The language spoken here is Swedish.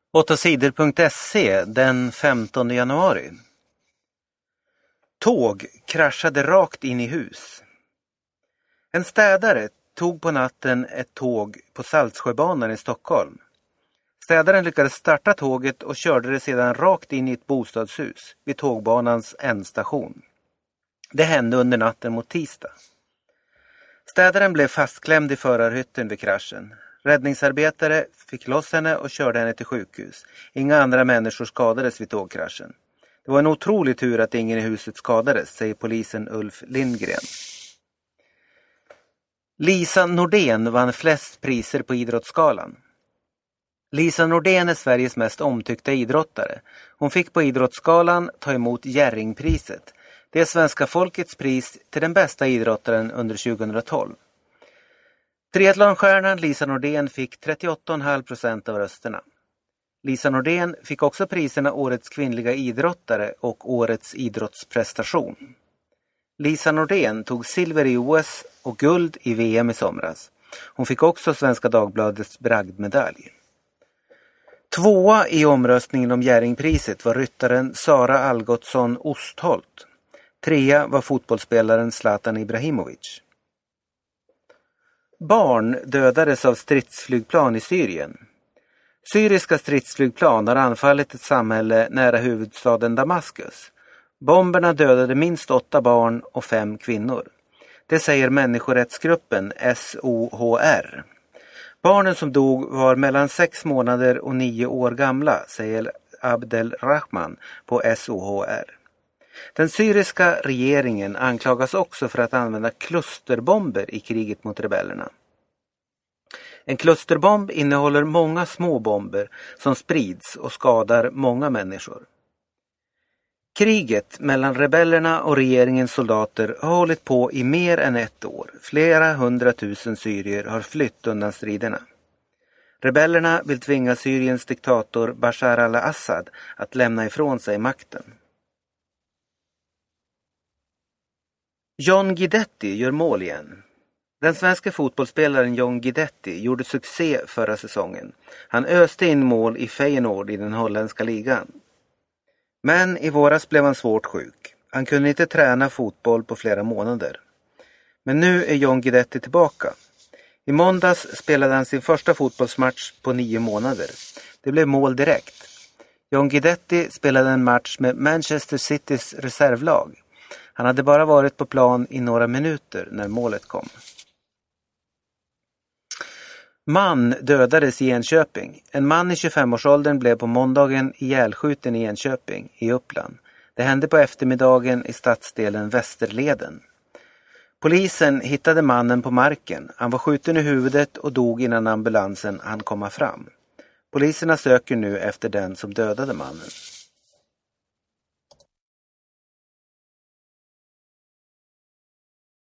8sidor.se den 15 januari. Tåg kraschade rakt in i hus. En städare tog på natten ett tåg på Saltsjöbanan i Stockholm. Städaren lyckades starta tåget och körde det sedan rakt in i ett bostadshus vid tågbanans ändstation. Det hände under natten mot tisdag. Städaren blev fastklämd i förarhytten vid kraschen. Räddningsarbetare fick loss henne och körde henne till sjukhus. Inga andra människor skadades vid tågkraschen. Det var en otrolig tur att ingen i huset skadades, säger polisen Ulf Lindgren. Lisa Nordén vann flest priser på Idrottsgalan. Lisa Nordén är Sveriges mest omtyckta idrottare. Hon fick på Idrottsgalan ta emot Jerringpriset. Det är svenska folkets pris till den bästa idrottaren under 2012. Triathlonstjärnan Lisa Nordén fick 38,5% av rösterna. Lisa Nordén fick också priserna Årets kvinnliga idrottare och Årets idrottsprestation. Lisa Nordén tog silver i OS och guld i VM i somras. Hon fick också Svenska Dagbladets bragdmedalj. Tvåa i omröstningen om Jerringpriset var ryttaren Sara Algotsson Ostholt. Trea var fotbollsspelaren Zlatan Ibrahimovic. Barn dödades av stridsflygplan i Syrien. Syriska stridsflygplan har anfallit ett samhälle nära huvudstaden Damaskus. Bomberna dödade minst 8 barn och 5 kvinnor. Det säger människorättsgruppen SOHR. Barnen som dog var mellan 6 månader och 9 år gamla, säger Abdel Rahman på SOHR. Den syriska regeringen anklagas också för att använda klusterbomber i kriget mot rebellerna. En klusterbomb innehåller många små bomber som sprids och skadar många människor. Kriget mellan rebellerna och regeringens soldater har hållit på i mer än 1 år. Flera 100 000 syrier har flytt undan striderna. Rebellerna vill tvinga Syriens diktator Bashar al-Assad att lämna ifrån sig makten. John Guidetti gör mål igen. Den svenska fotbollsspelaren John Guidetti gjorde succé förra säsongen. Han öste in mål i Feyenoord i den holländska ligan. Men i våras blev han svårt sjuk. Han kunde inte träna fotboll på flera månader. Men nu är John Guidetti tillbaka. I måndags spelade han sin första fotbollsmatch på 9 månader. Det blev mål direkt. John Guidetti spelade en match med Manchester Citys reservlag. Han hade bara varit på plan i några minuter när målet kom. Man dödades i Enköping. En man i 25-årsåldern blev på måndagen ihjälskjuten i Enköping i Uppland. Det hände på eftermiddagen i stadsdelen Västerleden. Polisen hittade mannen på marken. Han var skjuten i huvudet och dog innan ambulansen hann komma fram. Poliserna söker nu efter den som dödade mannen.